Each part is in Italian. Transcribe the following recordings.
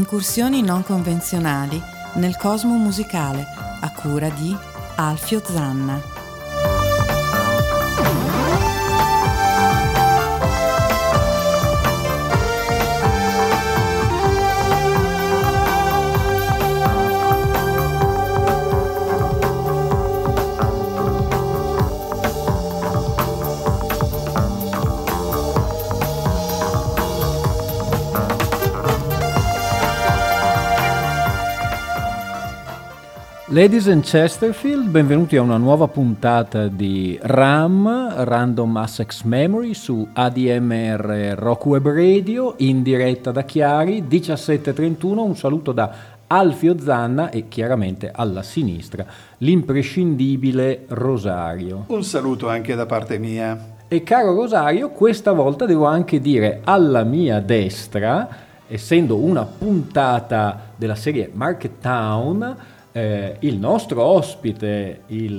Incursioni non convenzionali nel cosmo musicale, a cura di Alfio Zanna. Ladies and Chesterfield, benvenuti a una nuova puntata di RAM, Random Access Memory, su ADMR Rock Web Radio, in diretta da Chiari, 17:31. Un saluto da Alfio Zanna e chiaramente alla sinistra l'imprescindibile Rosario. Un saluto anche da parte mia. E caro Rosario, questa volta devo anche dire alla mia destra, essendo una puntata della serie Market Town, il nostro ospite,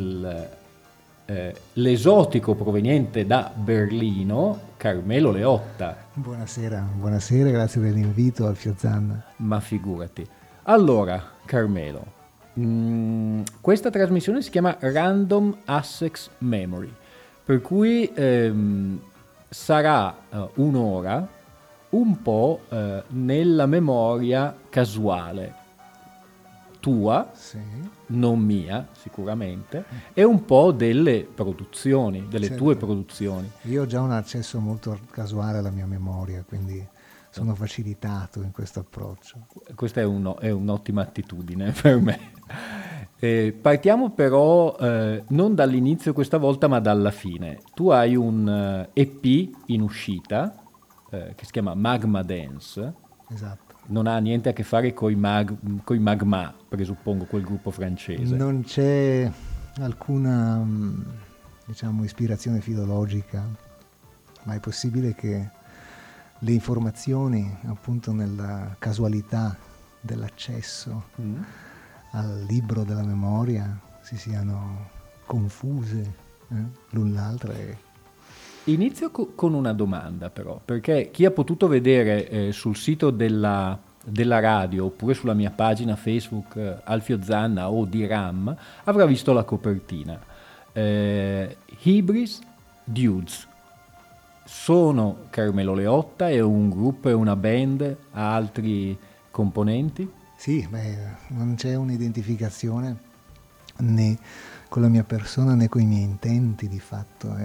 l'esotico proveniente da Berlino, Carmelo Leotta. Buonasera, grazie per l'invito, Alfio Zanna. Ma figurati. Allora, Carmelo, questa trasmissione si chiama Random Access Memory, per cui sarà un'ora un po' nella memoria casuale tua, sì, non mia sicuramente, e un po' delle produzioni, delle certo, tue produzioni. Io ho già un accesso molto casuale alla mia memoria, quindi sono facilitato in questo approccio. Questa è un'ottima attitudine per me. Partiamo però non dall'inizio questa volta, ma dalla fine. Tu hai un EP in uscita che si chiama Magma Dance. Esatto. Non ha niente a che fare coi Magma, presuppongo, quel gruppo francese. Non c'è alcuna, ispirazione filologica, ma è possibile che le informazioni, appunto, nella casualità dell'accesso al libro della memoria si siano confuse l'un l'altra. Inizio con una domanda però, perché chi ha potuto vedere sul sito della radio oppure sulla mia pagina Facebook Alfio Zanna o di RAM avrà visto la copertina. Hybris Dudes. Sono Carmelo Leotta? È un gruppo, è una band? Ha altri componenti? Sì, non c'è un'identificazione né con la mia persona né con i miei intenti, di fatto.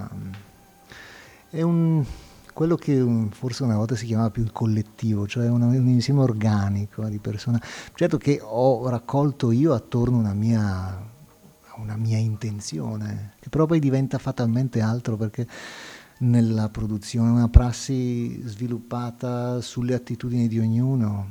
È quello che forse una volta si chiamava più il collettivo, cioè un insieme organico di persone. Certo che ho raccolto io attorno a una mia intenzione, che però poi diventa fatalmente altro, perché nella produzione, una prassi sviluppata sulle attitudini di ognuno,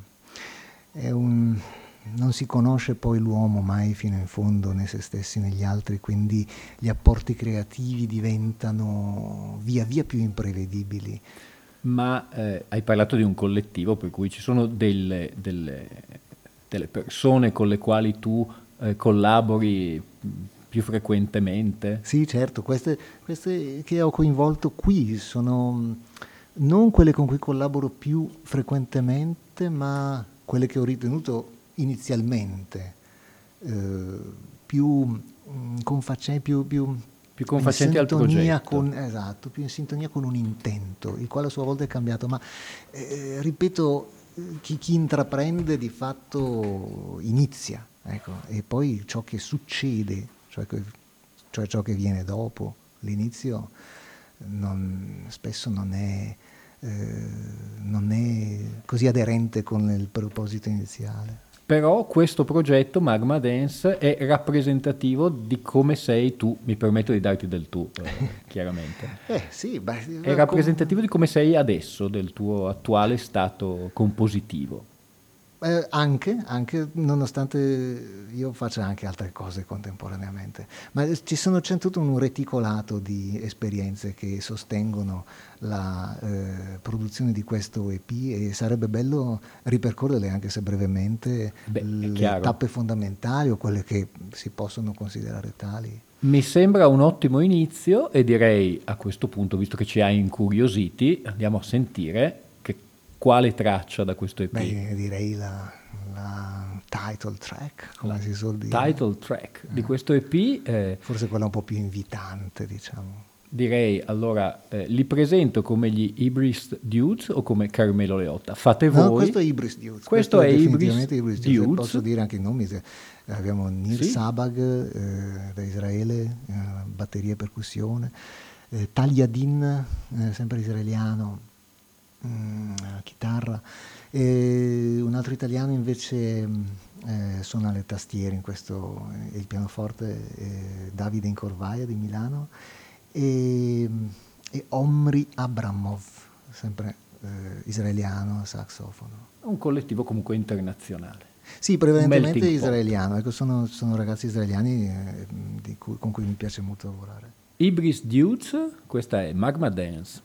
non si conosce poi l'uomo mai fino in fondo, né se stessi né gli altri, quindi gli apporti creativi diventano via via più imprevedibili. Ma hai parlato di un collettivo, per cui ci sono delle persone con le quali tu collabori più frequentemente? Sì, certo, queste che ho coinvolto qui sono non quelle con cui collaboro più frequentemente, ma quelle che ho ritenuto inizialmente più confacenti al progetto. Esatto, più in sintonia con un intento, il quale a sua volta è cambiato, ma ripeto, chi intraprende di fatto inizia, ecco, e poi ciò che succede, cioè ciò che viene dopo l'inizio, spesso non è così aderente con il proposito iniziale. Però questo progetto Magma Dance è rappresentativo di come sei tu, mi permetto di darti del tu, chiaramente. Sì, è rappresentativo di come sei adesso, del tuo attuale stato compositivo. Anche nonostante io faccia anche altre cose contemporaneamente, ma c'è tutto un reticolato di esperienze che sostengono la produzione di questo EP, e sarebbe bello ripercorrerle, anche se brevemente, le tappe fondamentali o quelle che si possono considerare tali. Mi sembra un ottimo inizio, e direi a questo punto, visto che ci hai incuriositi, andiamo a sentire quale traccia da questo EP? Beh, direi la title track, come si suol dire. Title track di questo EP. Forse quella un po' più invitante, diciamo. Direi, allora, li presento come gli Hybris Dudes o come Carmelo Leotta? Fate voi. No, questo è Hybris Dudes. Questo è definitivamente Hybris Hybris Dudes. Dudes. Posso dire anche i nomi. Abbiamo Neil Sì. Sabag da Israele, batteria e percussione. Talia Din, sempre israeliano, chitarra. E un altro italiano invece suona le tastiere in questo, il pianoforte, Davide Incorvaia di Milano. E Omri Abramov, sempre israeliano, saxofono. Un collettivo comunque internazionale. Sì, prevalentemente Melting pot. israeliano. Ecco, sono ragazzi israeliani con cui mi piace molto lavorare. Hybris Dudes, questa è Magma Dance.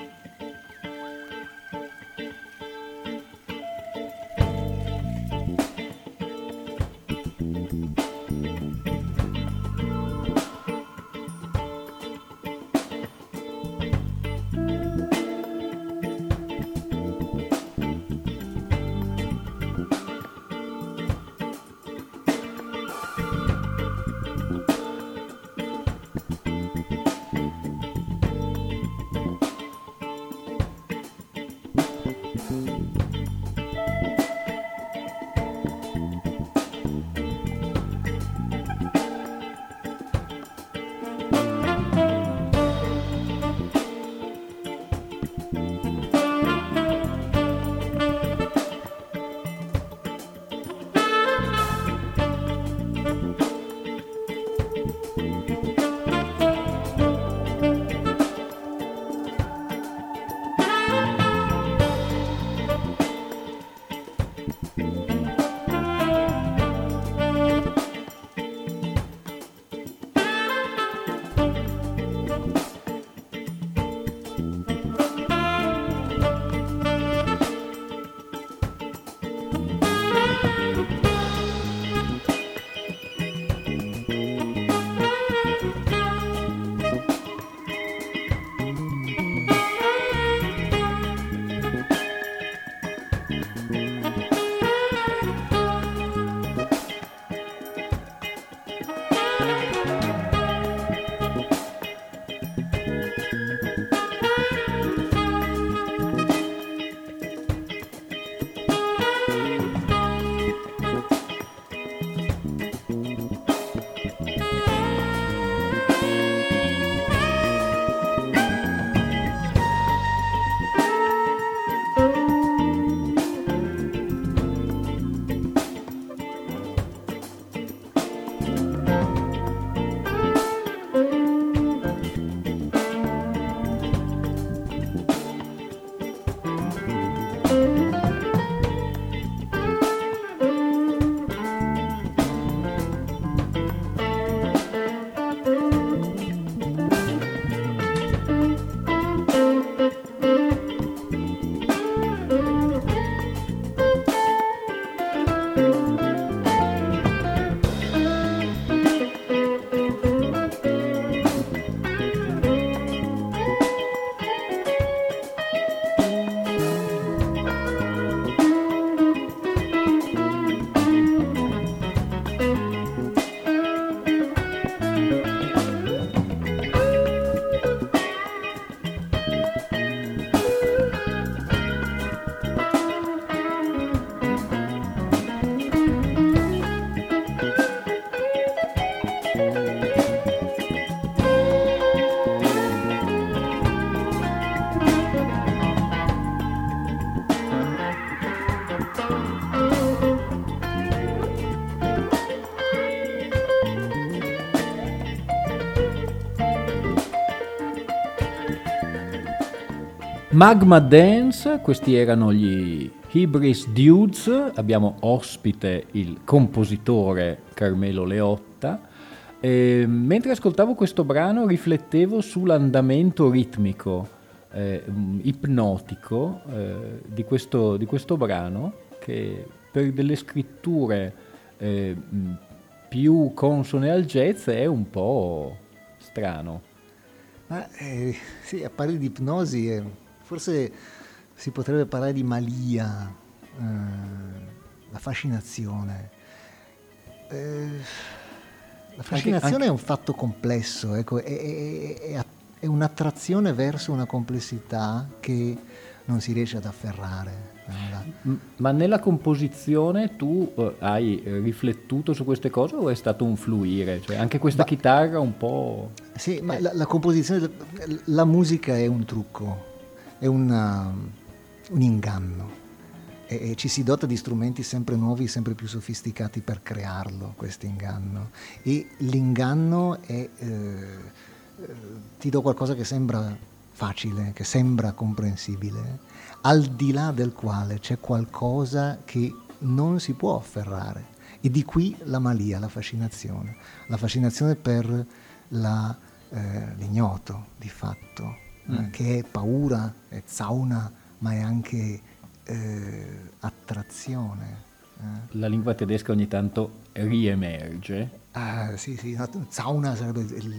Magma Dance, questi erano gli Hybris Dudes, abbiamo ospite il compositore Carmelo Leotta. Mentre ascoltavo questo brano riflettevo sull'andamento ritmico, ipnotico di questo brano, che per delle scritture più consone al jazz è un po' strano. Ma sì, a parole di ipnosi, forse si potrebbe parlare di malia, la fascinazione. La fascinazione è un fatto complesso, ecco, è un'attrazione verso una complessità che non si riesce ad afferrare. Ma nella composizione tu hai riflettuto su queste cose o è stato un fluire? Cioè, anche questa chitarra un po'... Sì, ma la composizione, la musica è un trucco, è un inganno. E ci si dota di strumenti sempre nuovi, sempre più sofisticati per crearlo, questo inganno. E l'inganno è, ti do qualcosa che sembra facile, che sembra comprensibile, al di là del quale c'è qualcosa che non si può afferrare. E di qui la malia, la fascinazione per l'ignoto, di fatto, che è paura, è zauna, ma è anche attrazione. La lingua tedesca ogni tanto riemerge. Sì, zauna sarebbe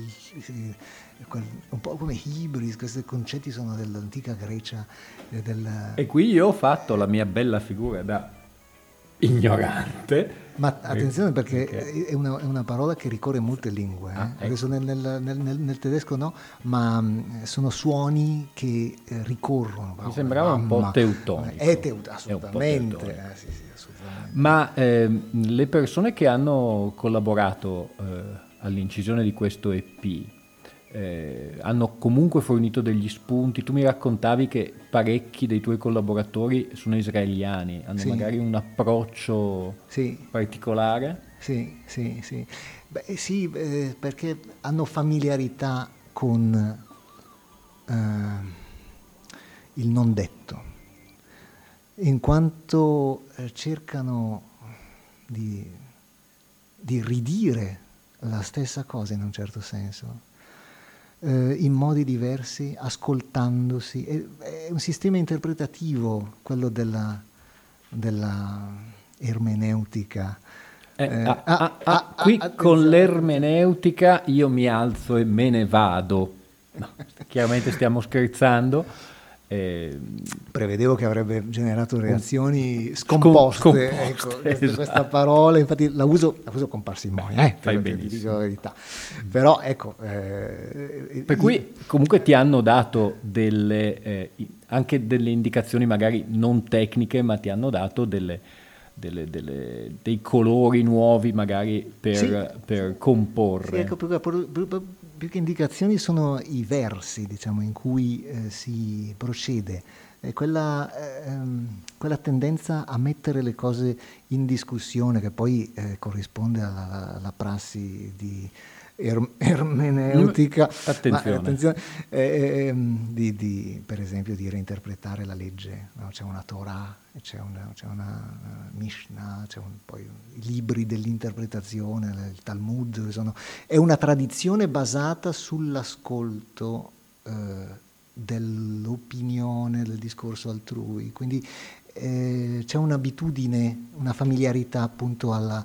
un po' come hybris, questi concetti sono dell'antica Grecia. E qui io ho fatto la mia bella figura da ignorante. Ma attenzione, perché è una parola che ricorre in molte lingue. Adesso nel tedesco no, ma sono suoni che ricorrono. Mi sembrava un po' teutonico. Assolutamente. Sì, assolutamente. Ma le persone che hanno collaborato all'incisione di questo EP hanno comunque fornito degli spunti. Tu mi raccontavi che parecchi dei tuoi collaboratori sono israeliani, hanno magari un approccio particolare? Sì. Perché hanno familiarità con il non detto, in quanto cercano di ridire la stessa cosa in un certo senso. In modi diversi, ascoltandosi. È un sistema interpretativo quello della ermeneutica. Qui con l'ermeneutica io mi alzo e me ne vado. No, chiaramente stiamo scherzando. Prevedevo che avrebbe generato reazioni scomposte. Ecco, esatto. Questa parola, infatti la uso con parsimonia, Fai ti benissimo. dico la verità. Però ecco, per cui comunque ti hanno dato anche delle indicazioni magari non tecniche, ma ti hanno dato dei colori nuovi magari per comporre. Sì, ecco, più che indicazioni sono i versi, diciamo, in cui si procede. Quella tendenza a mettere le cose in discussione, che poi corrisponde alla prassi di ermeneutica, attenzione, per esempio di reinterpretare la legge, no? C'è una Torah, c'è una Mishnah, poi i libri dell'interpretazione, il Talmud, è una tradizione basata sull'ascolto dell'opinione, del discorso altrui, quindi c'è un'abitudine, una familiarità appunto alla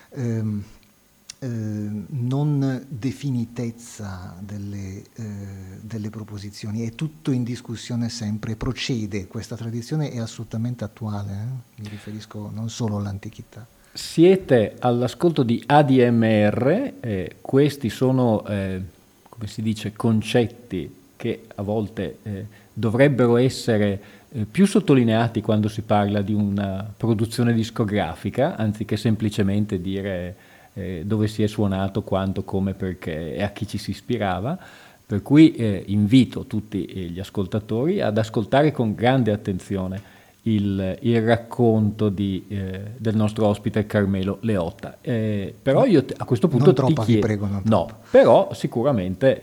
non definitezza delle proposizioni, è tutto in discussione sempre, procede, questa tradizione è assolutamente attuale, mi riferisco non solo all'antichità. Siete all'ascolto di ADMR, questi sono, come si dice, concetti che a volte dovrebbero essere più sottolineati quando si parla di una produzione discografica, anziché semplicemente dire dove si è suonato, quanto, come, perché e a chi ci si ispirava. Per cui invito tutti gli ascoltatori ad ascoltare con grande attenzione il racconto del nostro ospite Carmelo Leotta. Però io a questo punto non troppo, ti chiedo, vi prego, non no, troppo. però sicuramente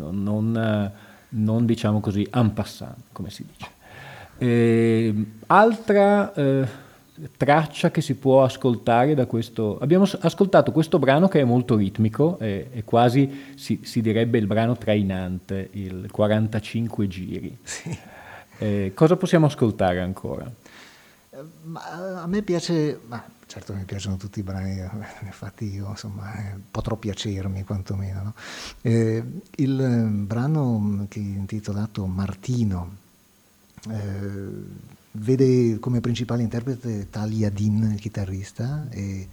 non diciamo così en passant, come si dice. Altra traccia che si può ascoltare da questo, abbiamo ascoltato questo brano che è molto ritmico, è quasi si direbbe il brano trainante, il 45 giri. Sì. Cosa possiamo ascoltare ancora? A me piace, ma certo mi piacciono tutti i brani, infatti io insomma potrò piacermi quantomeno, no? Il brano che è intitolato Martino vede come principale interprete Talia Din, il chitarrista, e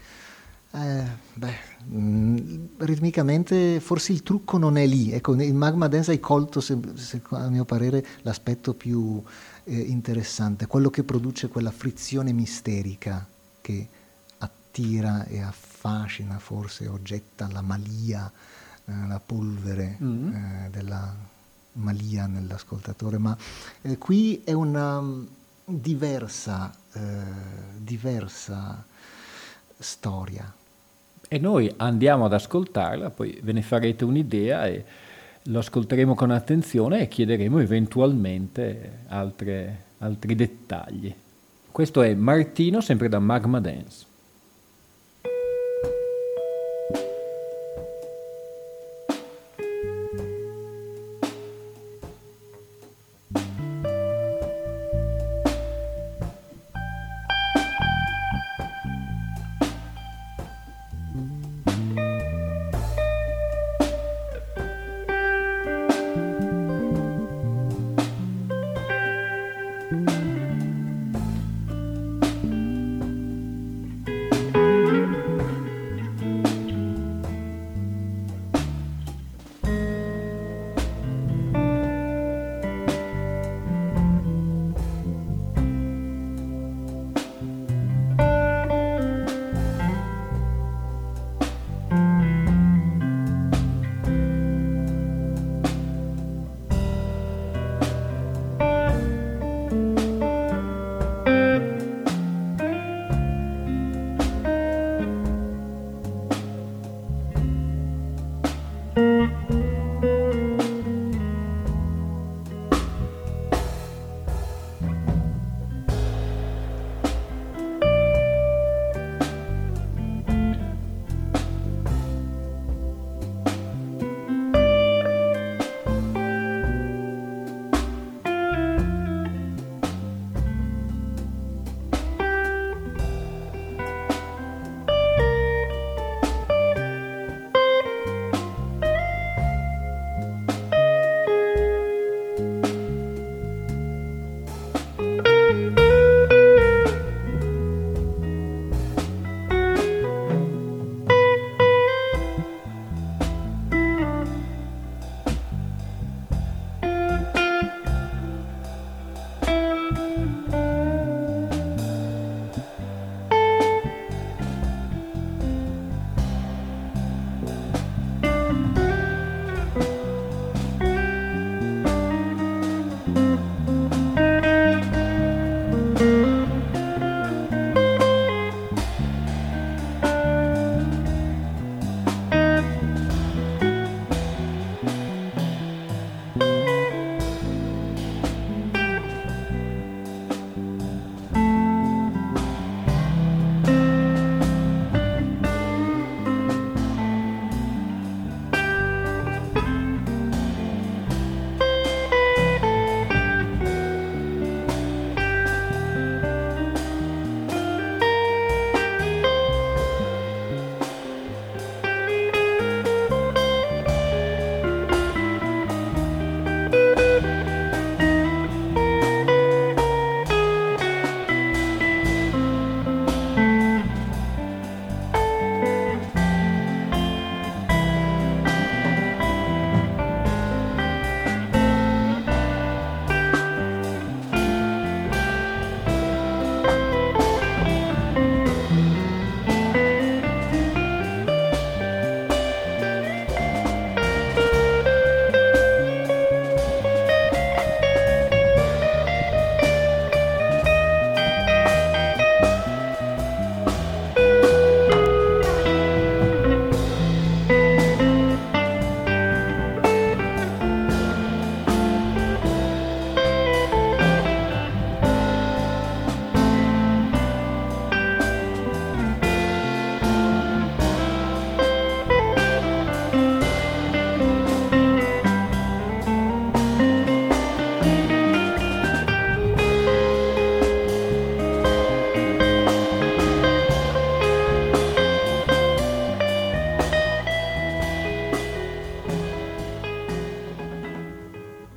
ritmicamente forse il trucco non è lì. Ecco, il Magma Dance hai colto, a mio parere, l'aspetto più interessante, quello che produce quella frizione misterica che attira e affascina, forse, o getta la malia, la polvere della malia nell'ascoltatore, ma qui è una diversa storia. E noi andiamo ad ascoltarla, poi ve ne farete un'idea e lo ascolteremo con attenzione e chiederemo eventualmente altri dettagli. Questo è Martino, sempre da Magma Dance.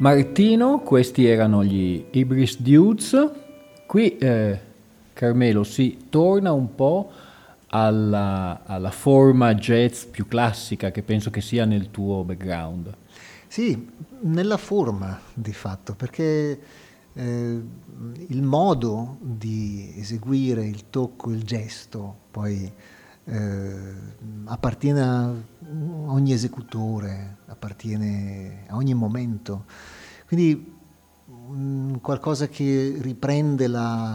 Martino, questi erano gli Ibris Dudes. Qui, Carmelo, si torna un po' alla forma jazz più classica, che penso che sia nel tuo background. Sì, nella forma di fatto, perché il modo di eseguire il tocco, il gesto, poi appartiene a ogni esecutore, appartiene a ogni momento. Quindi qualcosa che riprende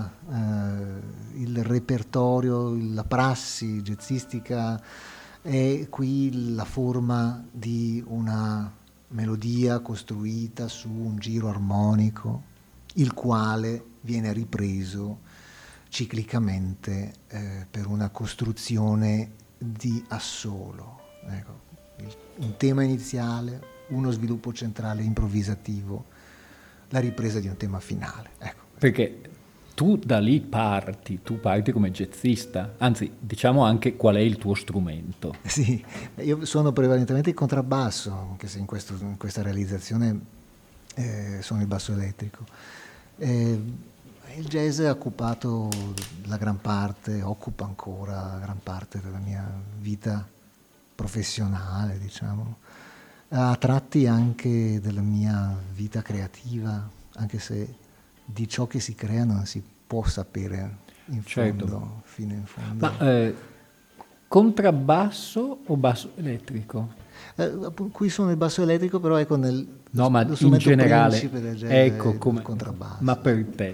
il repertorio, la prassi jazzistica, è qui la forma di una melodia costruita su un giro armonico, il quale viene ripreso ciclicamente per una costruzione di assolo. Ecco, un tema iniziale, uno sviluppo centrale improvvisativo, la ripresa di un tema finale. Ecco. Perché tu da lì tu parti come jazzista, anzi diciamo anche qual è il tuo strumento. Sì, io suono prevalentemente il contrabbasso, anche se in questa realizzazione sono il basso elettrico. Il jazz ha occupato occupa ancora la gran parte della mia vita professionale, diciamo, a tratti anche della mia vita creativa, anche se di ciò che si crea non si può sapere in fondo, fino in fondo. Ma contrabbasso o basso elettrico? Qui sono il basso elettrico, però ecco no, ma lo in generale, principe del jazz ecco è come il contrabbasso. Ma per te.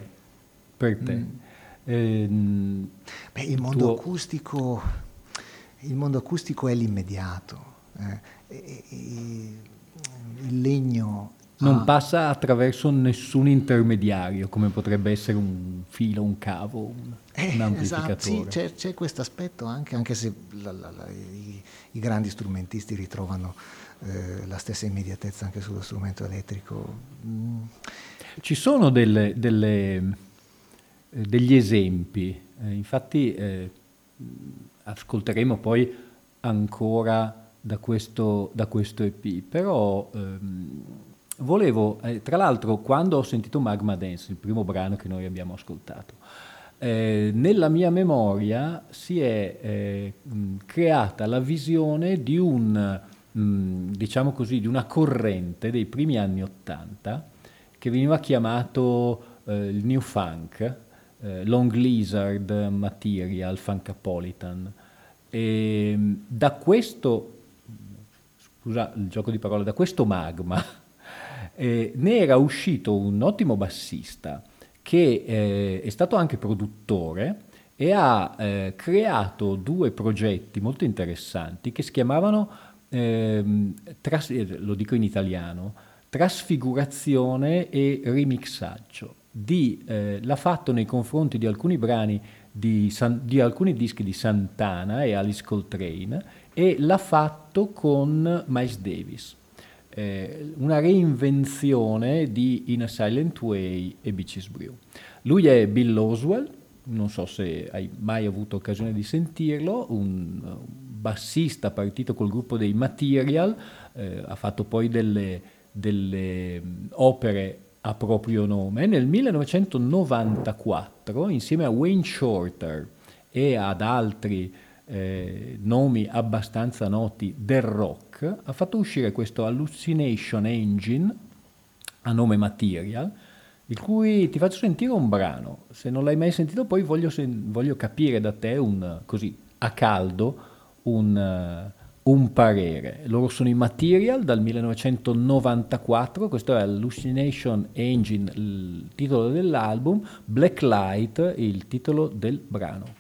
Beh, il mondo acustico è l'immediato. Il legno non passa attraverso nessun intermediario, come potrebbe essere un filo, un cavo, un amplificatore. Esatto, sì, c'è questo aspetto anche se i grandi strumentisti ritrovano la stessa immediatezza anche sullo strumento elettrico. Ci sono degli esempi, infatti ascolteremo poi ancora da questo EP, però volevo, tra l'altro, quando ho sentito Magma Dance, il primo brano che noi abbiamo ascoltato, nella mia memoria si è creata la visione di diciamo così, di una corrente dei primi anni '80 che veniva chiamato il New Funk, Long Lizard Material, Funkapolitan. E da questo, scusa il gioco di parole, da questo magma ne era uscito un ottimo bassista che è stato anche produttore e ha creato due progetti molto interessanti che si chiamavano, lo dico in italiano, Trasfigurazione e Remixaggio. L'ha fatto nei confronti di alcuni brani di alcuni dischi di Santana e Alice Coltrane, e l'ha fatto con Miles Davis. Una reinvenzione di In a Silent Way e Beaches Brew. Lui è Bill Oswald, non so se hai mai avuto occasione di sentirlo, un bassista partito col gruppo dei Material, ha fatto poi delle opere a proprio nome. Nel 1994, insieme a Wayne Shorter e ad altri nomi abbastanza noti del rock, ha fatto uscire questo Hallucination Engine a nome Material, di cui ti faccio sentire un brano. Se non l'hai mai sentito, poi voglio capire da te, così a caldo, un parere. Loro sono i Material dal 1994, questo è Hallucination Engine, il titolo dell'album, Black Light, il titolo del brano.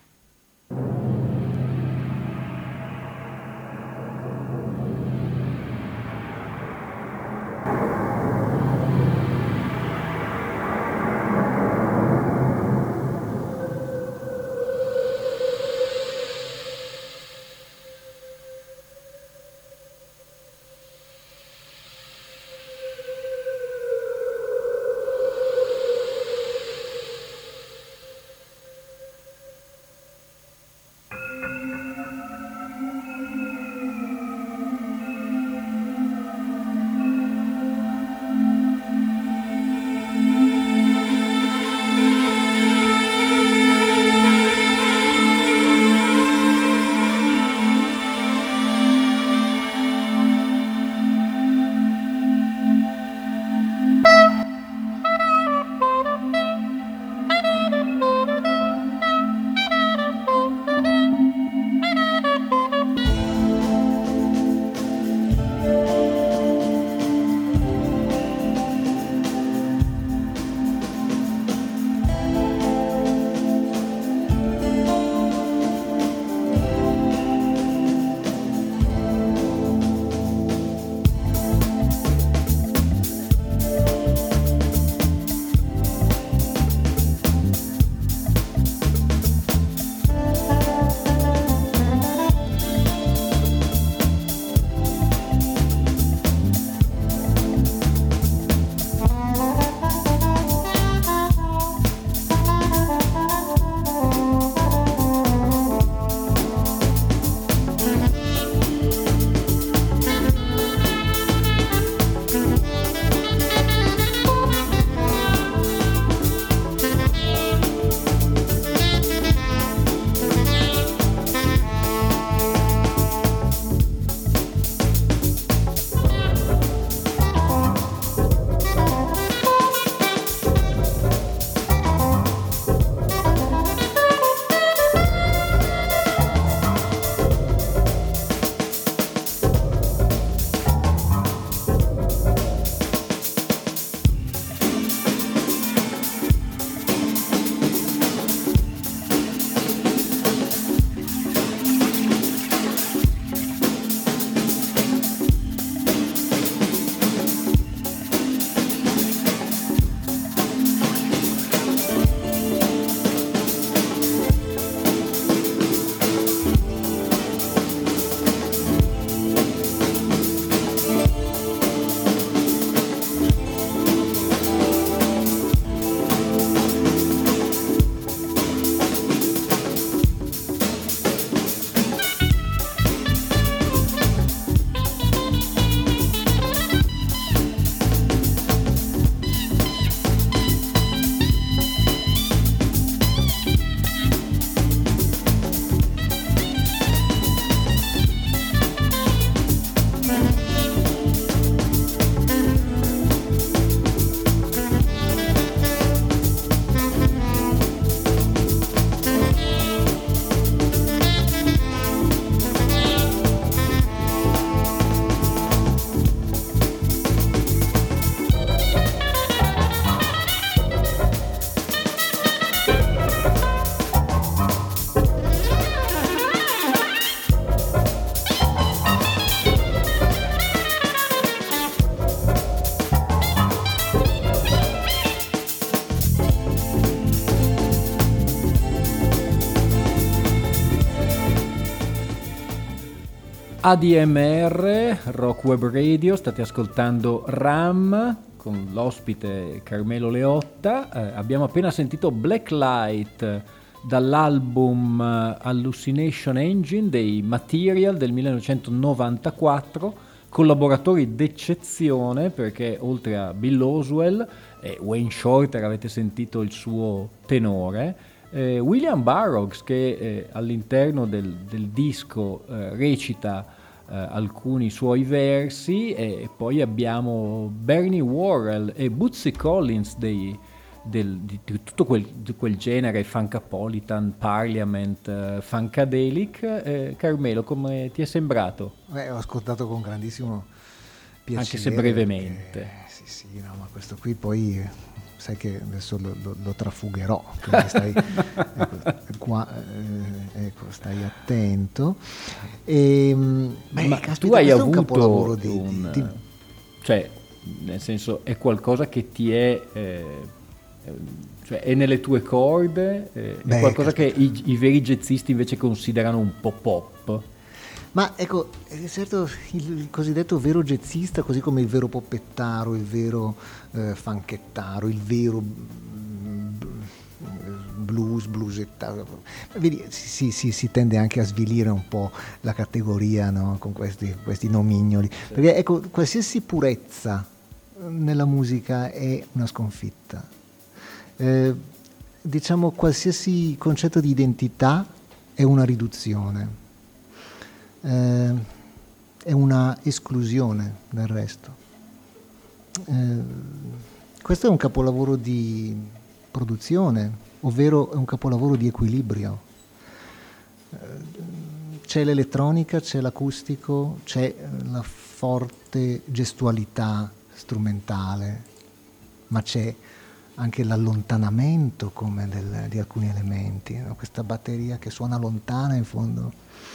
ADMR, Rock Web Radio, state ascoltando RAM con l'ospite Carmelo Leotta. Abbiamo appena sentito Black Light dall'album Hallucination Engine dei Material del 1994, collaboratori d'eccezione perché oltre a Bill Oswell e Wayne Shorter avete sentito il suo tenore. William Burroughs che all'interno del disco recita alcuni suoi versi, e poi abbiamo Bernie Worrell e Bootsy Collins di tutto quel genere funkapolitan, Parliament, funkadelic. Carmelo, come ti è sembrato? Ho ascoltato con grandissimo piacere. Anche se brevemente. Perché, sì, no, ma questo qui poi sai che adesso lo trafugherò, quindi stai, ecco, stai attento. Ma caspita, tu hai avuto un capolavoro cioè, nel senso, è qualcosa che ti è cioè è nelle tue corde, è qualcosa caspita, che i veri jazzisti invece considerano un po' pop. Ma ecco, certo, il cosiddetto vero jazzista, così come il vero poppettaro, il vero funkettaro, il vero bluesettaro, vedi, si tende anche a svilire un po' la categoria, no? Con questi nomignoli, perché ecco, qualsiasi purezza nella musica è una sconfitta. Diciamo, qualsiasi concetto di identità è una riduzione. È una esclusione del resto. Questo è un capolavoro di produzione, ovvero è un capolavoro di equilibrio. C'è l'elettronica, c'è l'acustico, c'è la forte gestualità strumentale, ma c'è anche l'allontanamento come di alcuni elementi, no? Questa batteria che suona lontana in fondo.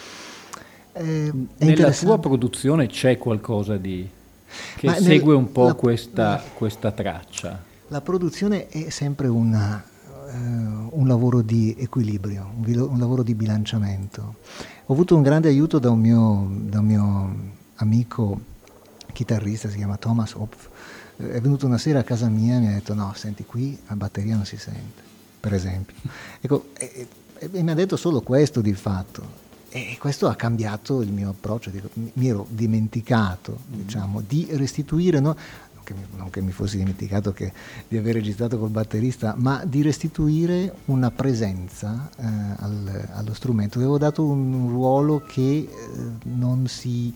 Nella tua produzione c'è qualcosa che segue un po' questa traccia? La produzione è sempre un lavoro di equilibrio, un lavoro di bilanciamento. Ho avuto un grande aiuto da un mio amico chitarrista, si chiama Thomas Hopf. È venuto una sera a casa mia e mi ha detto: no, senti, qui la batteria non si sente, per esempio. Ecco, e mi ha detto solo questo di fatto. E questo ha cambiato il mio approccio. Mi ero dimenticato, diciamo, di restituire, no? Non che mi fossi dimenticato di aver registrato col batterista, ma di restituire una presenza allo strumento. Avevo dato un ruolo che non si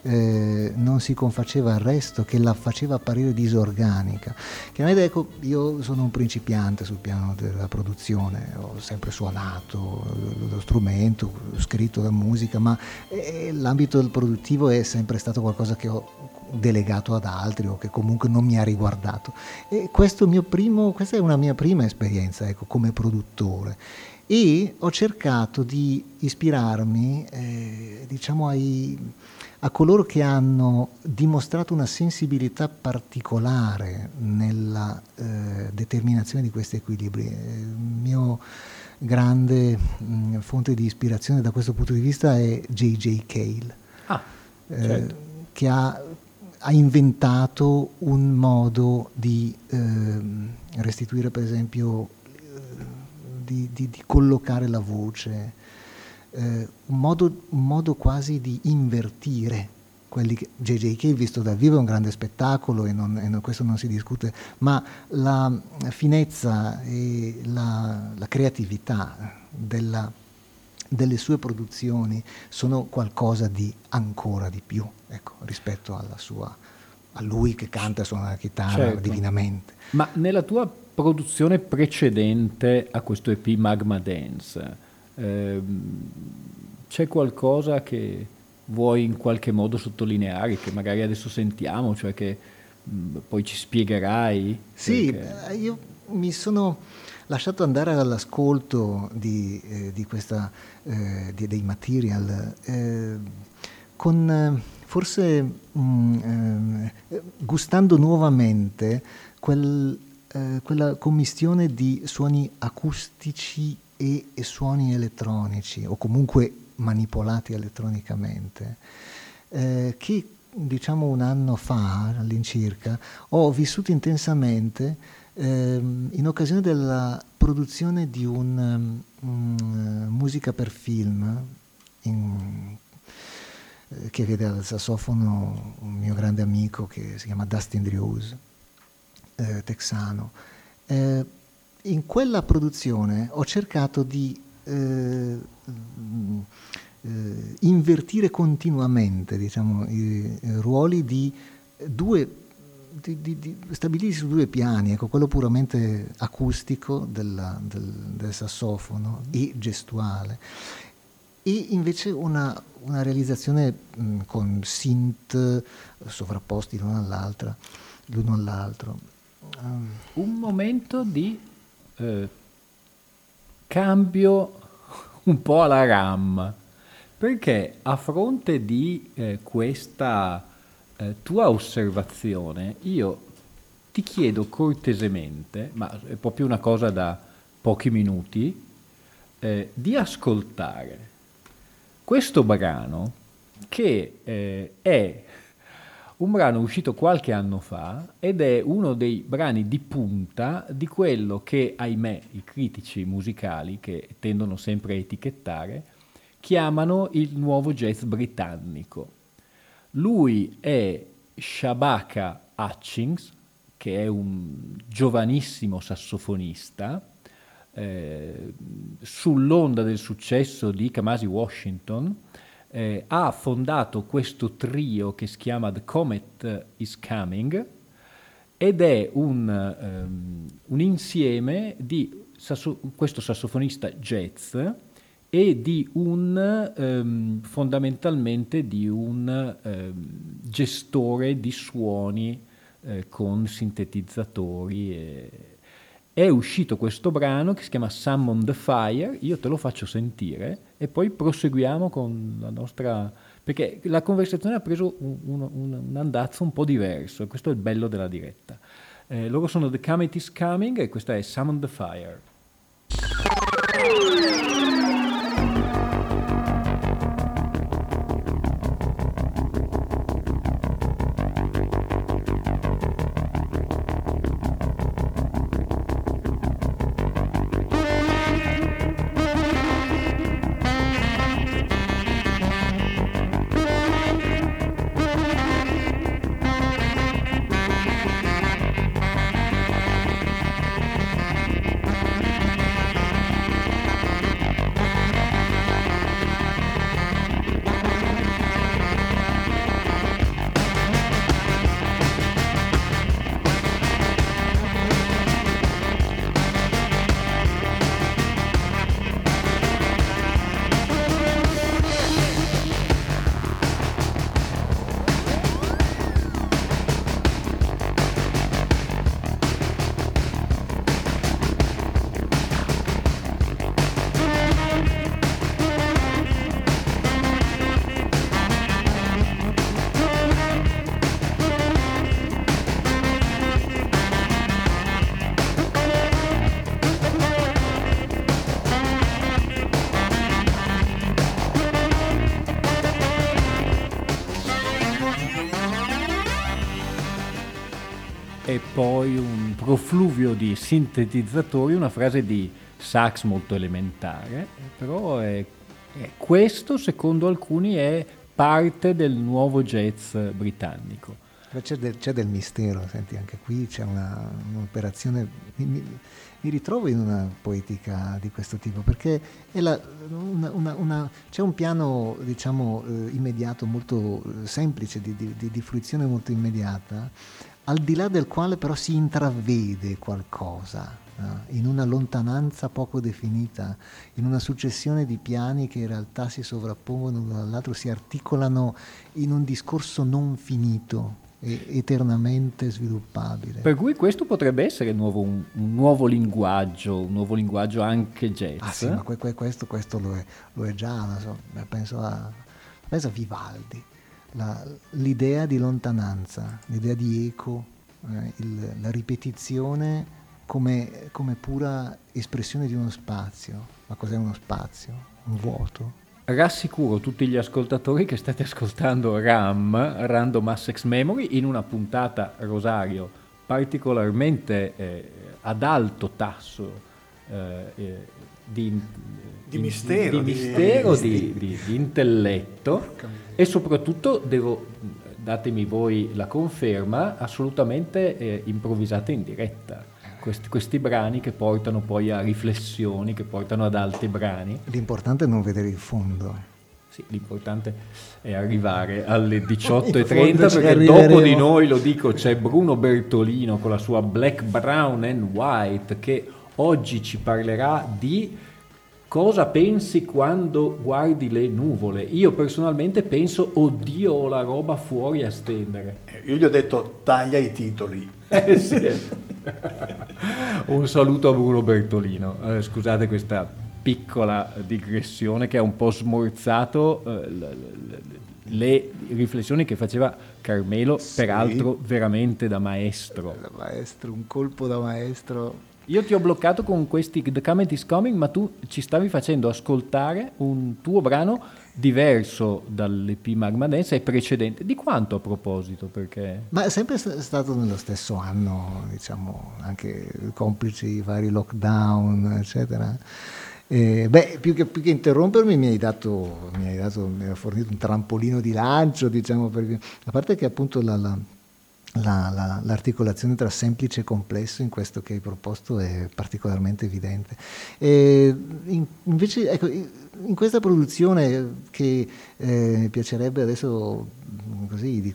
confaceva al resto, che la faceva apparire disorganica. Chiaramente, ecco, io sono un principiante sul piano della produzione, ho sempre suonato lo strumento, ho scritto la musica, ma l'ambito del produttivo è sempre stato qualcosa che ho delegato ad altri o che comunque non mi ha riguardato. E questa è una mia prima esperienza, ecco, come produttore. E ho cercato di ispirarmi, diciamo, a coloro che hanno dimostrato una sensibilità particolare nella determinazione di questi equilibri. Il mio grande fonte di ispirazione da questo punto di vista è J.J. Cale, certo. che ha inventato un modo di restituire, per esempio, di collocare la voce, un modo quasi di invertire quelli che J.J. Cale, visto dal vivo, è un grande spettacolo e questo non si discute, ma la finezza e la creatività delle sue produzioni sono qualcosa di ancora di più, ecco, rispetto a lui che canta e suona la chitarra, certo, divinamente. Ma nella tua produzione precedente a questo EP Magma Dance c'è qualcosa che vuoi in qualche modo sottolineare, che magari adesso sentiamo, cioè che poi ci spiegherai? Sì, perché... io mi sono lasciato andare all'ascolto di questa dei Material con forse gustando nuovamente quella commistione di suoni acustici e suoni elettronici, o comunque manipolati elettronicamente, che diciamo un anno fa all'incirca ho vissuto intensamente in occasione della produzione di un musica per film che vede al sassofono un mio grande amico che si chiama Dustin Drews, texano. In quella produzione ho cercato di invertire continuamente, diciamo, i ruoli di stabiliti su due piani, ecco, quello puramente acustico del sassofono e gestuale, e invece una realizzazione con synth sovrapposti l'uno all'altro. Un momento di cambio un po' alla RAM, perché a fronte di questa tua osservazione io ti chiedo cortesemente, ma è proprio una cosa da pochi minuti, di ascoltare questo brano che è un brano uscito qualche anno fa ed è uno dei brani di punta di quello che, ahimè, i critici musicali, che tendono sempre a etichettare, chiamano il nuovo jazz britannico. Lui è Shabaka Hutchings, che è un giovanissimo sassofonista, sull'onda del successo di Kamasi Washington. Ha fondato questo trio che si chiama The Comet is Coming ed è un insieme di questo sassofonista jazz e di fondamentalmente di un gestore di suoni con sintetizzatori. È uscito questo brano che si chiama Summon the Fire, io te lo faccio sentire e poi proseguiamo con la nostra, perché la conversazione ha preso un andazzo un po' diverso e questo è il bello della diretta. Loro sono The Comet is Coming e questa è Summon the Fire. E poi un profluvio di sintetizzatori, una frase di sax molto elementare, però questo secondo alcuni è parte del nuovo jazz britannico. C'è del mistero, senti, anche qui c'è un'operazione, mi ritrovo in una poetica di questo tipo, perché è c'è un piano, diciamo, immediato, molto semplice, di fruizione molto immediata, al di là del quale però si intravede qualcosa, in una lontananza poco definita, in una successione di piani che in realtà si sovrappongono l'uno all'altro, si articolano in un discorso non finito, eternamente sviluppabile. Per cui questo potrebbe essere un nuovo linguaggio anche jazz. Ah sì, ma questo lo è già, non so, penso a Vivaldi. L'idea di lontananza, l'idea di eco, la ripetizione come pura espressione di uno spazio. Ma cos'è uno spazio? Un vuoto? rassicuro tutti gli ascoltatori che state ascoltando Random Access Memory, in una puntata, Rosario, particolarmente ad alto tasso di mistero, di intelletto, e soprattutto datemi voi la conferma, assolutamente improvvisate in diretta. Questi brani che portano poi a riflessioni, che portano ad altri brani. L'importante è non vedere il fondo. Sì, l'importante è arrivare alle 18:30, perché arriveremo. Dopo di noi, lo dico, c'è Bruno Bertolino con la sua Black, Brown and White, che oggi ci parlerà di cosa pensi quando guardi le nuvole. Io personalmente penso, oddio, ho la roba fuori a stendere. Io gli ho detto taglia i titoli. Sì. Un saluto a Bruno Bertolino. Scusate questa piccola digressione che ha un po' smorzato le riflessioni che faceva Carmelo, sì, peraltro veramente da maestro. Da maestro, un colpo da maestro. Io ti ho bloccato con questi The Comet is Coming, ma tu ci stavi facendo ascoltare un tuo brano diverso dall'EP Magma Dance e precedente. Di quanto, a proposito? Perché... Ma è sempre stato nello stesso anno, diciamo, anche complici i vari lockdown, eccetera. Più che interrompermi mi hai fornito un trampolino di lancio, diciamo, perché a parte che appunto l'articolazione tra semplice e complesso in questo che hai proposto è particolarmente evidente. Invece, ecco, in questa produzione che mi piacerebbe adesso così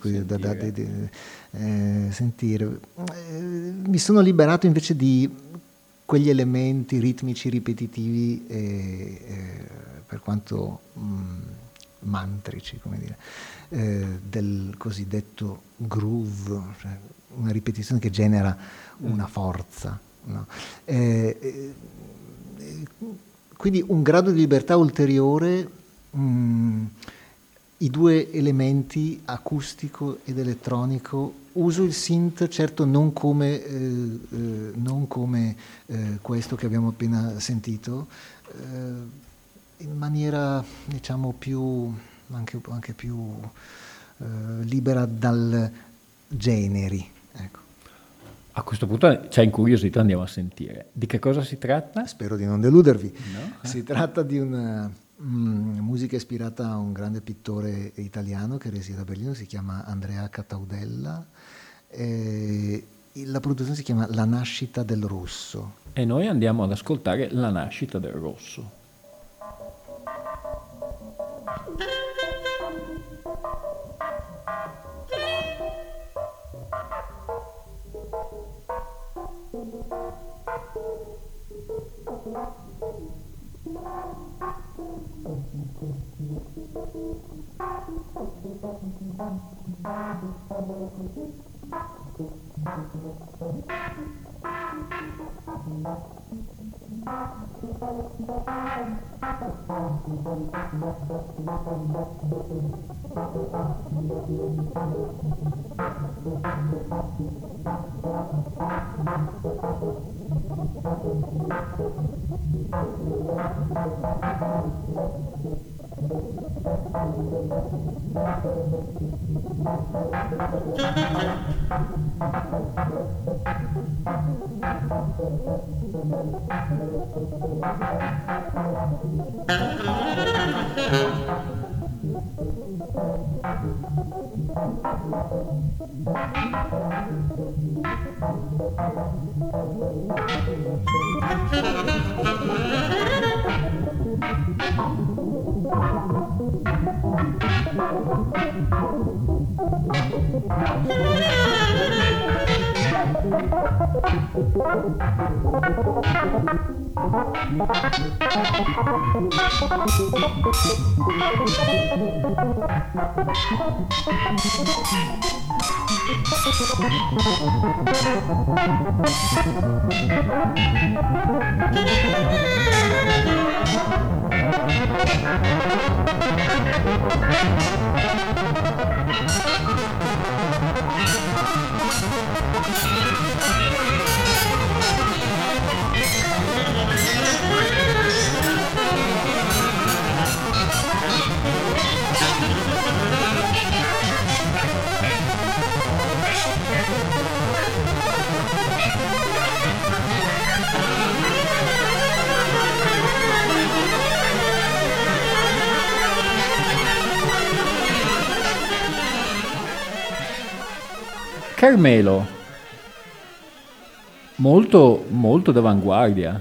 sentire, mi sono liberato invece di quegli elementi ritmici ripetitivi per quanto mantrici, come dire, del cosiddetto groove, cioè una ripetizione che genera una forza, no? Quindi un grado di libertà ulteriore, i due elementi acustico ed elettronico. Uso il synth, certo non come questo che abbiamo appena sentito, in maniera, diciamo, anche più libera dal generi. Ecco. A questo punto ci ha incuriosito, andiamo a sentire. Di che cosa si tratta? Spero di non deludervi. No? Si tratta di una musica ispirata a un grande pittore italiano che risiede a Berlino, si chiama Andrea Cataudella. La produzione si chiama La nascita del rosso. E noi andiamo ad ascoltare La nascita del rosso. Carmelo, molto, molto d'avanguardia.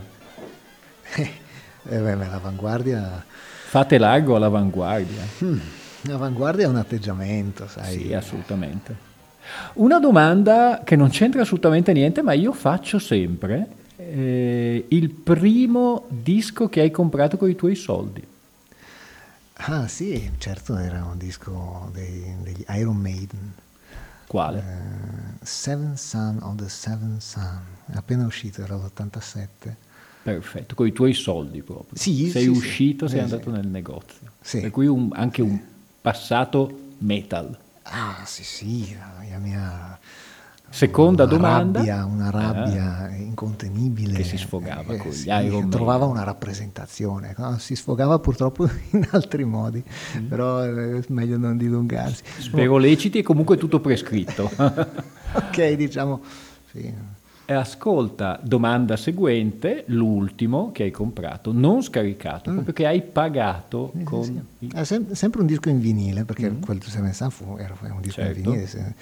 L'avanguardia... Fate largo all'avanguardia. L'avanguardia è un atteggiamento, sai. Sì, assolutamente. Una domanda che non c'entra assolutamente niente, ma io faccio sempre. Il primo disco che hai comprato con i tuoi soldi? Ah sì, certo, era un disco degli Iron Maiden. Quale? Seven Son of the Seven Son, è appena uscito, era l'87. Perfetto, con i tuoi soldi proprio. Sì, sei sì, uscito, sì. sei andato nel negozio. Sì. Per cui anche un passato metal. Ah sì, la mia... Seconda domanda. Una rabbia incontenibile. Che si sfogava con gli Iron Maiden. Trovava una rappresentazione. No? Si sfogava purtroppo in altri modi, però è meglio non dilungarsi. Spero leciti e comunque tutto prescritto. Ok, diciamo... Sì. E ascolta, domanda seguente, l'ultimo che hai comprato, non scaricato, proprio che hai pagato con... Sì. È sempre un disco in vinile, perché quel Seven Son era un disco in vinile.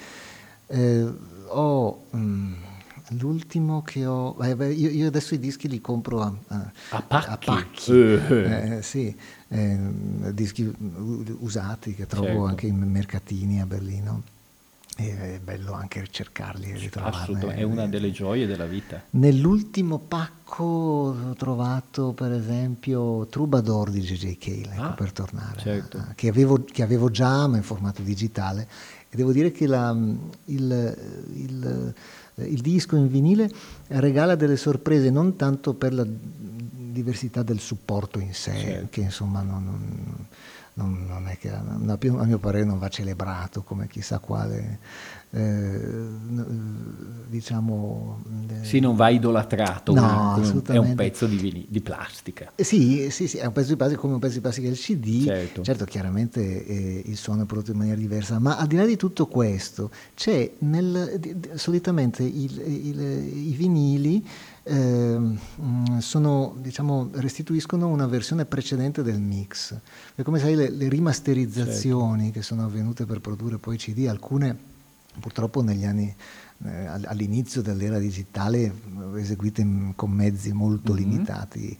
L'ultimo che ho... io adesso i dischi li compro a pacchi. Sì, dischi usati che trovo anche in mercatini a Berlino. È bello anche cercarli e ritrovarli. Assolutamente, è una delle gioie della vita. Nell'ultimo pacco ho trovato per esempio Troubadour di J.J. Cale, per tornare, certo. Che avevo già ma in formato digitale, e devo dire che il disco in vinile regala delle sorprese, non tanto per la diversità del supporto in sé, che insomma non è che a mio parere non va celebrato come chissà quale diciamo sì, non va idolatrato, no, è un pezzo di plastica. Sì, è un pezzo di plastica, come un pezzo di plastica del CD. Certo, chiaramente il suono è prodotto in maniera diversa, ma al di là di tutto questo c'è solitamente i vinili sono, diciamo, restituiscono una versione precedente del mix. E come sai, le rimasterizzazioni che sono avvenute per produrre poi CD, alcune purtroppo negli anni all'inizio dell'era digitale, eseguite con mezzi molto limitati,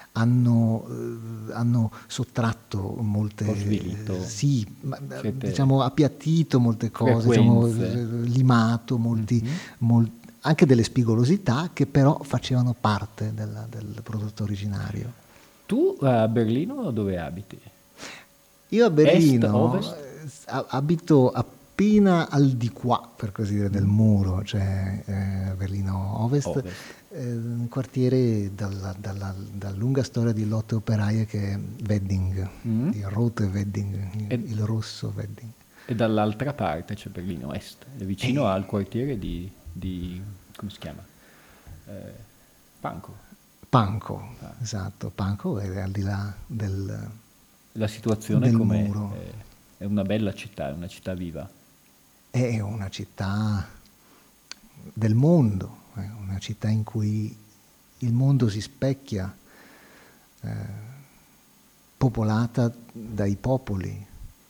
hanno sottratto molte, diciamo appiattito molte cose, diciamo, limato anche delle spigolosità che però facevano parte del prodotto originario. Tu a Berlino dove abiti? Io a Berlino Est, ovest? Abito appena al di qua, per così dire, del muro, cioè Berlino Ovest. Un quartiere dalla lunga storia di lotte operaie che è Wedding, il Rote Wedding, il rosso Wedding. E dall'altra parte c'è Berlino Est, è vicino al quartiere di come si chiama? Pankow. Esatto, Pankow è al di là la situazione com'è? Muro. È una bella città, è una città viva. È una città del mondo, è una città in cui il mondo si specchia, popolata dai popoli,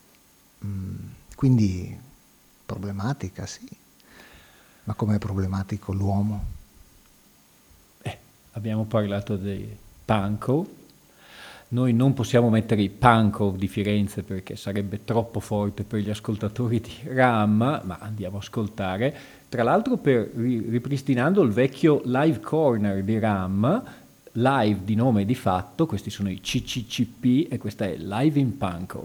quindi problematica, sì. Ma com'è problematico l'uomo? Abbiamo parlato di Pankow. Noi non possiamo mettere i Pankow di Firenze perché sarebbe troppo forte per gli ascoltatori di RAM, ma andiamo a ascoltare. Tra l'altro ripristinando il vecchio Live Corner di RAM, live di nome e di fatto, questi sono i CCCP e questa è Live in Pankow.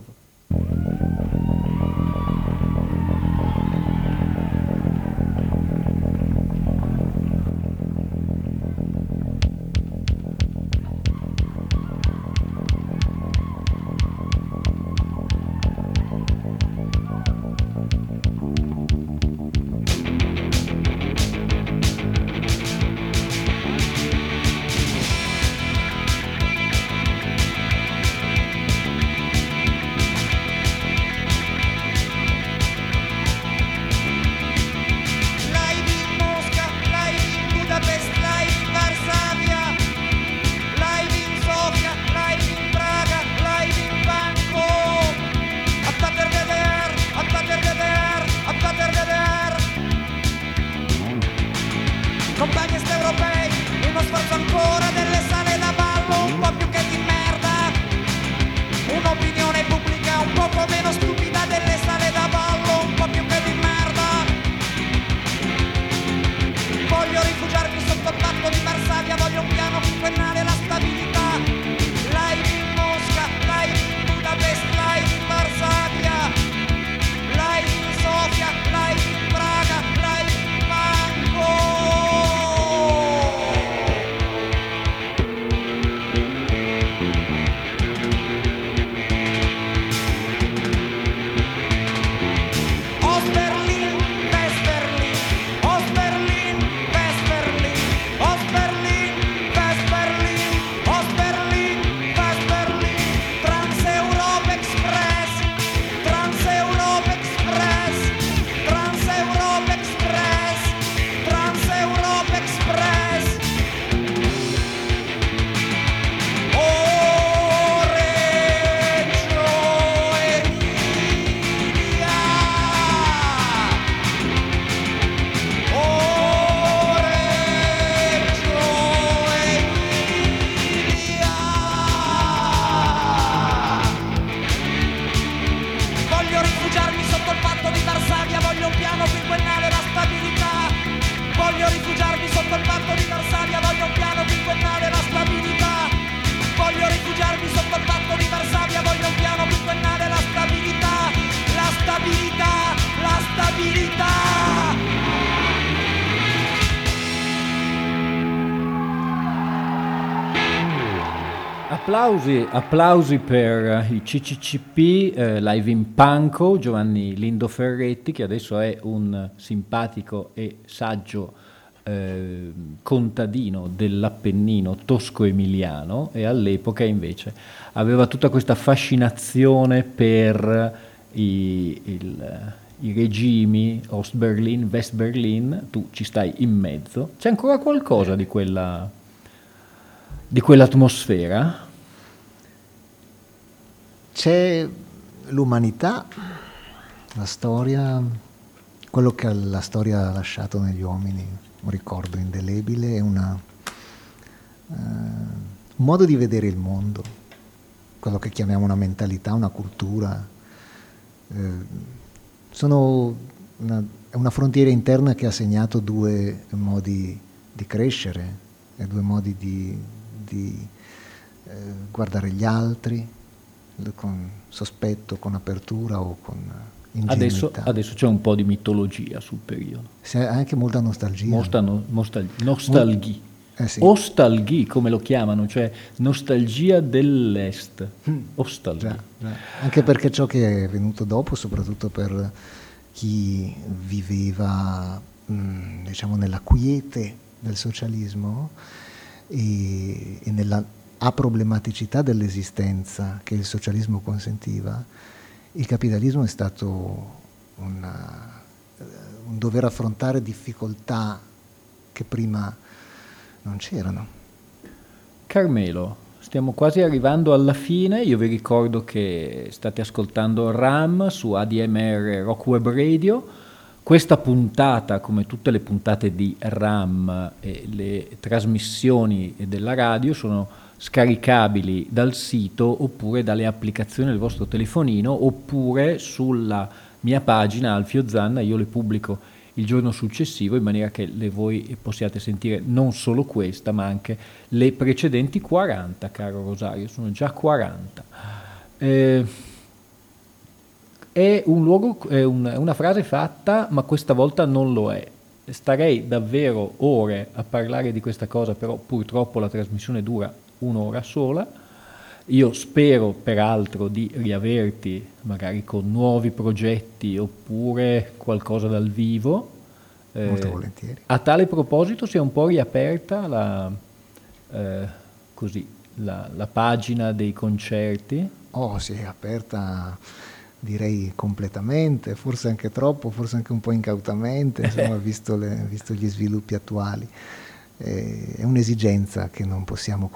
italiani est europei, uno sforzo ancora delle sale da ballo, un po' più che di merda, un'opinione pubblica un poco meno stupida delle sale da ballo, un po' più che di merda. Voglio rifugiarmi sotto il patto di Varsavia, voglio un piano quinquennale, la stabilità. Live in Mosca, live in Budapest, live in Varsavia, live in Sofia, live in Praga, live in Ost-Berlin, West-Berlin, Ost-Berlin, West-Berlin, Ost-Berlin, West-Berlin, Ost-Berlin, West-Berlin, Trans-Europe Express, Trans-Europe Express, Trans-Europe Express, Trans-Europe Express. Oh, Reggio Emilia. Oh, Reggio Emilia. Voglio rifugiarmi sotto il patto di Varsavia, voglio un piano quinquennale, la stabilità. Voglio rifugiarmi sotto il patto di Varsavia, voglio un piano quinquennale, la stabilità. Voglio rifugiarmi sotto il patto di Varsavia, voglio un piano quinquennale, la stabilità. La stabilità, la stabilità. Applausi per i CCCP, live in Pankow, Giovanni Lindo Ferretti, che adesso è un simpatico e saggio contadino dell'Appennino tosco-emiliano, e all'epoca invece aveva tutta questa fascinazione per i regimi Ost-Berlin, West-Berlin. Tu ci stai in mezzo. C'è ancora qualcosa di quell'atmosfera? C'è l'umanità, la storia, quello che la storia ha lasciato negli uomini, un ricordo indelebile, e un modo di vedere il mondo, quello che chiamiamo una mentalità, una cultura. È una frontiera interna che ha segnato due modi di crescere e due modi di guardare gli altri, con sospetto, con apertura o con ingenuità. Adesso c'è un po' di mitologia sul periodo. C'è anche molta nostalgia. Nostalgia. Sì. Ostalgie, come lo chiamano, cioè nostalgia dell'est. Ostalgie. Già. Anche perché ciò che è venuto dopo, soprattutto per chi viveva diciamo nella quiete del socialismo e nella aproblematicità dell'esistenza che il socialismo consentiva, il capitalismo è stato un dover affrontare difficoltà che prima non c'erano. Carmelo, stiamo quasi arrivando alla fine. Io vi ricordo che state ascoltando RAM su ADMR Rock Web Radio. Questa puntata, come tutte le puntate di RAM e le trasmissioni della radio, sono scaricabili dal sito oppure dalle applicazioni del vostro telefonino, oppure sulla mia pagina Alfio Zanna. Io le pubblico il giorno successivo, in maniera che voi possiate sentire non solo questa, ma anche le precedenti 40, caro Rosario, sono già 40. È un luogo, è una frase fatta, ma questa volta non lo è. Starei davvero ore a parlare di questa cosa, però purtroppo la trasmissione dura un'ora sola. Io spero peraltro di riaverti magari con nuovi progetti oppure qualcosa dal vivo. Molto volentieri. A tale proposito si è un po' riaperta la pagina dei concerti. Oh, si è aperta, direi completamente, forse anche troppo, forse anche un po' incautamente, insomma, visto gli sviluppi attuali. È un'esigenza che non possiamo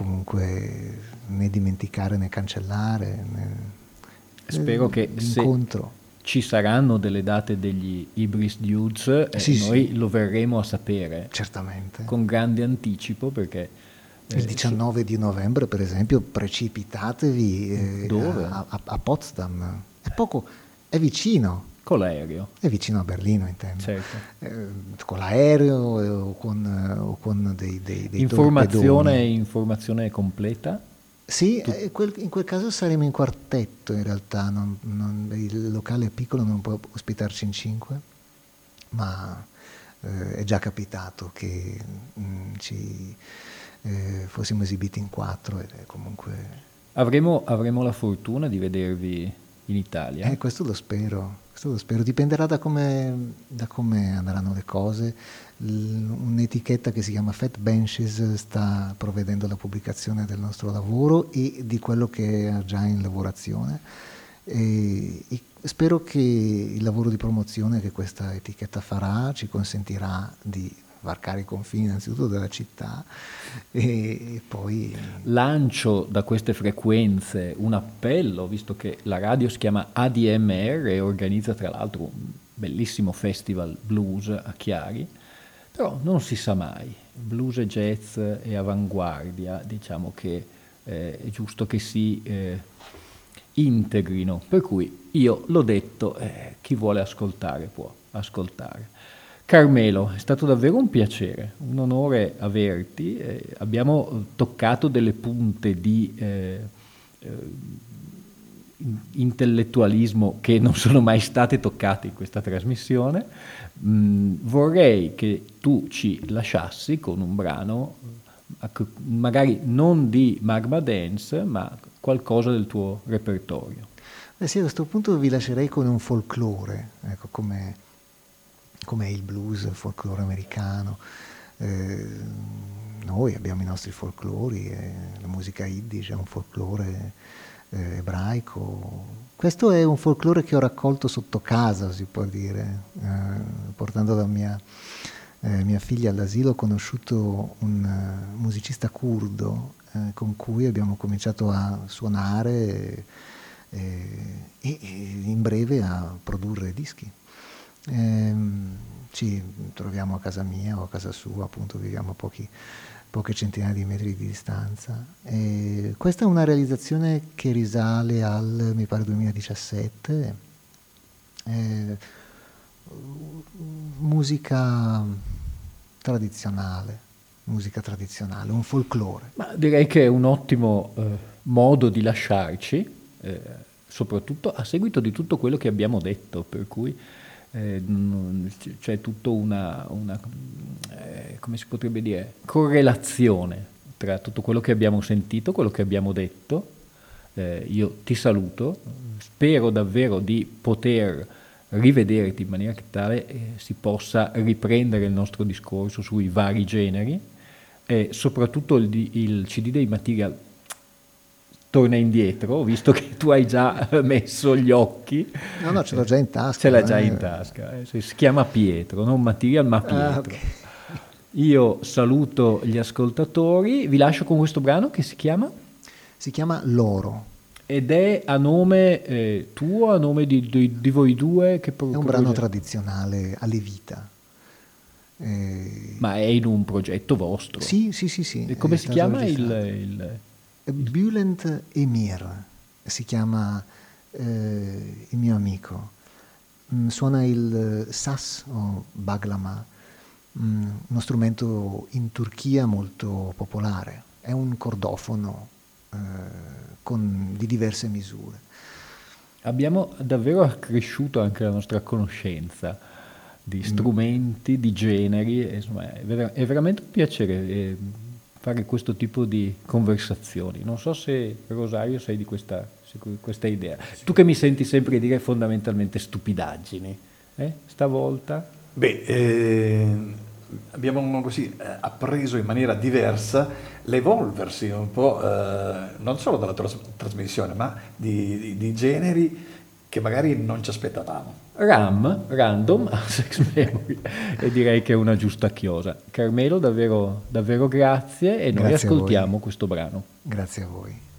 comunque né dimenticare né cancellare. Spero che l'incontro. ci saranno delle date degli Ibris Dudes, Sì, noi sì. lo verremo a sapere Certamente. con grande anticipo, perché Il 19 di novembre, per esempio, precipitatevi Dove? a Potsdam. È vicino. con l'aereo, È vicino a Berlino, intendo. certo. Con l'aereo o con dei torpedoni. Informazione completa. Sì, in quel caso saremo in quartetto in realtà, il locale è piccolo, non può ospitarci in 5, ma è già capitato che fossimo esibiti in 4 ed è comunque... Avremo la fortuna di vedervi in Italia. Questo lo spero, dipenderà da come andranno le cose. Un'etichetta che si chiama Fat Benches sta provvedendo alla pubblicazione del nostro lavoro e di quello che è già in lavorazione, e spero che il lavoro di promozione che questa etichetta farà ci consentirà di varcare i confini innanzitutto della città e poi... Lancio da queste frequenze un appello, visto che la radio si chiama ADMR e organizza tra l'altro un bellissimo festival blues a Chiari, però non si sa mai, blues e jazz e avanguardia, diciamo che è giusto che si integrino, per cui io l'ho detto, chi vuole ascoltare può ascoltare. Carmelo, è stato davvero un piacere, un onore averti, abbiamo toccato delle punte di intellettualismo che non sono mai state toccate in questa trasmissione. Vorrei che tu ci lasciassi con un brano, magari non di Magma Dance, ma qualcosa del tuo repertorio. Sì, a questo punto vi lascerei con un folklore, ecco, come il blues, il folklore americano. Noi abbiamo i nostri folklori, la musica yiddish è un folklore ebraico. Questo è un folklore che ho raccolto sotto casa, si può dire, portando da mia figlia all'asilo. Ho conosciuto un musicista curdo con cui abbiamo cominciato a suonare e in breve a produrre dischi. Ci troviamo a casa mia o a casa sua, appunto, viviamo a poche centinaia di metri di distanza. Questa è una realizzazione che risale al, mi pare, 2017. Musica tradizionale, un folklore. Ma direi che è un ottimo modo di lasciarci, soprattutto a seguito di tutto quello che abbiamo detto, per cui c'è tutta una come si potrebbe dire, correlazione tra tutto quello che abbiamo sentito, quello che abbiamo detto. Io ti saluto, spero davvero di poter rivederti in maniera che tale si possa riprendere il nostro discorso sui vari generi, e soprattutto il CD dei Material torna indietro, visto che tu hai già messo gli occhi. No, ce l'ho già in tasca. Ce l'ha già in tasca. Si chiama Pietro, non Material ma Pietro. Okay. Io saluto gli ascoltatori, vi lascio con questo brano che si chiama? Si chiama Loro. Ed è a nome tuo, a nome di voi due? È un brano tradizionale, alevita. Ma è in un progetto vostro? Sì. E come si chiama il... Bülent Emir si chiama il mio amico. Suona il saz o baglama, uno strumento in Turchia molto popolare. È un cordofono di diverse misure. Abbiamo davvero accresciuto anche la nostra conoscenza di strumenti, di generi, insomma, è veramente un piacere fare questo tipo di conversazioni. Non so se, Rosario, sei di questa idea. Tu che mi senti sempre dire fondamentalmente stupidaggini, stavolta? Abbiamo così appreso in maniera diversa l'evolversi un po', non solo dalla trasmissione, ma di generi che magari non ci aspettavamo. Random Access Memory, e direi che è una giusta chiosa. Carmelo, davvero grazie, e noi ascoltiamo questo brano. Grazie a voi.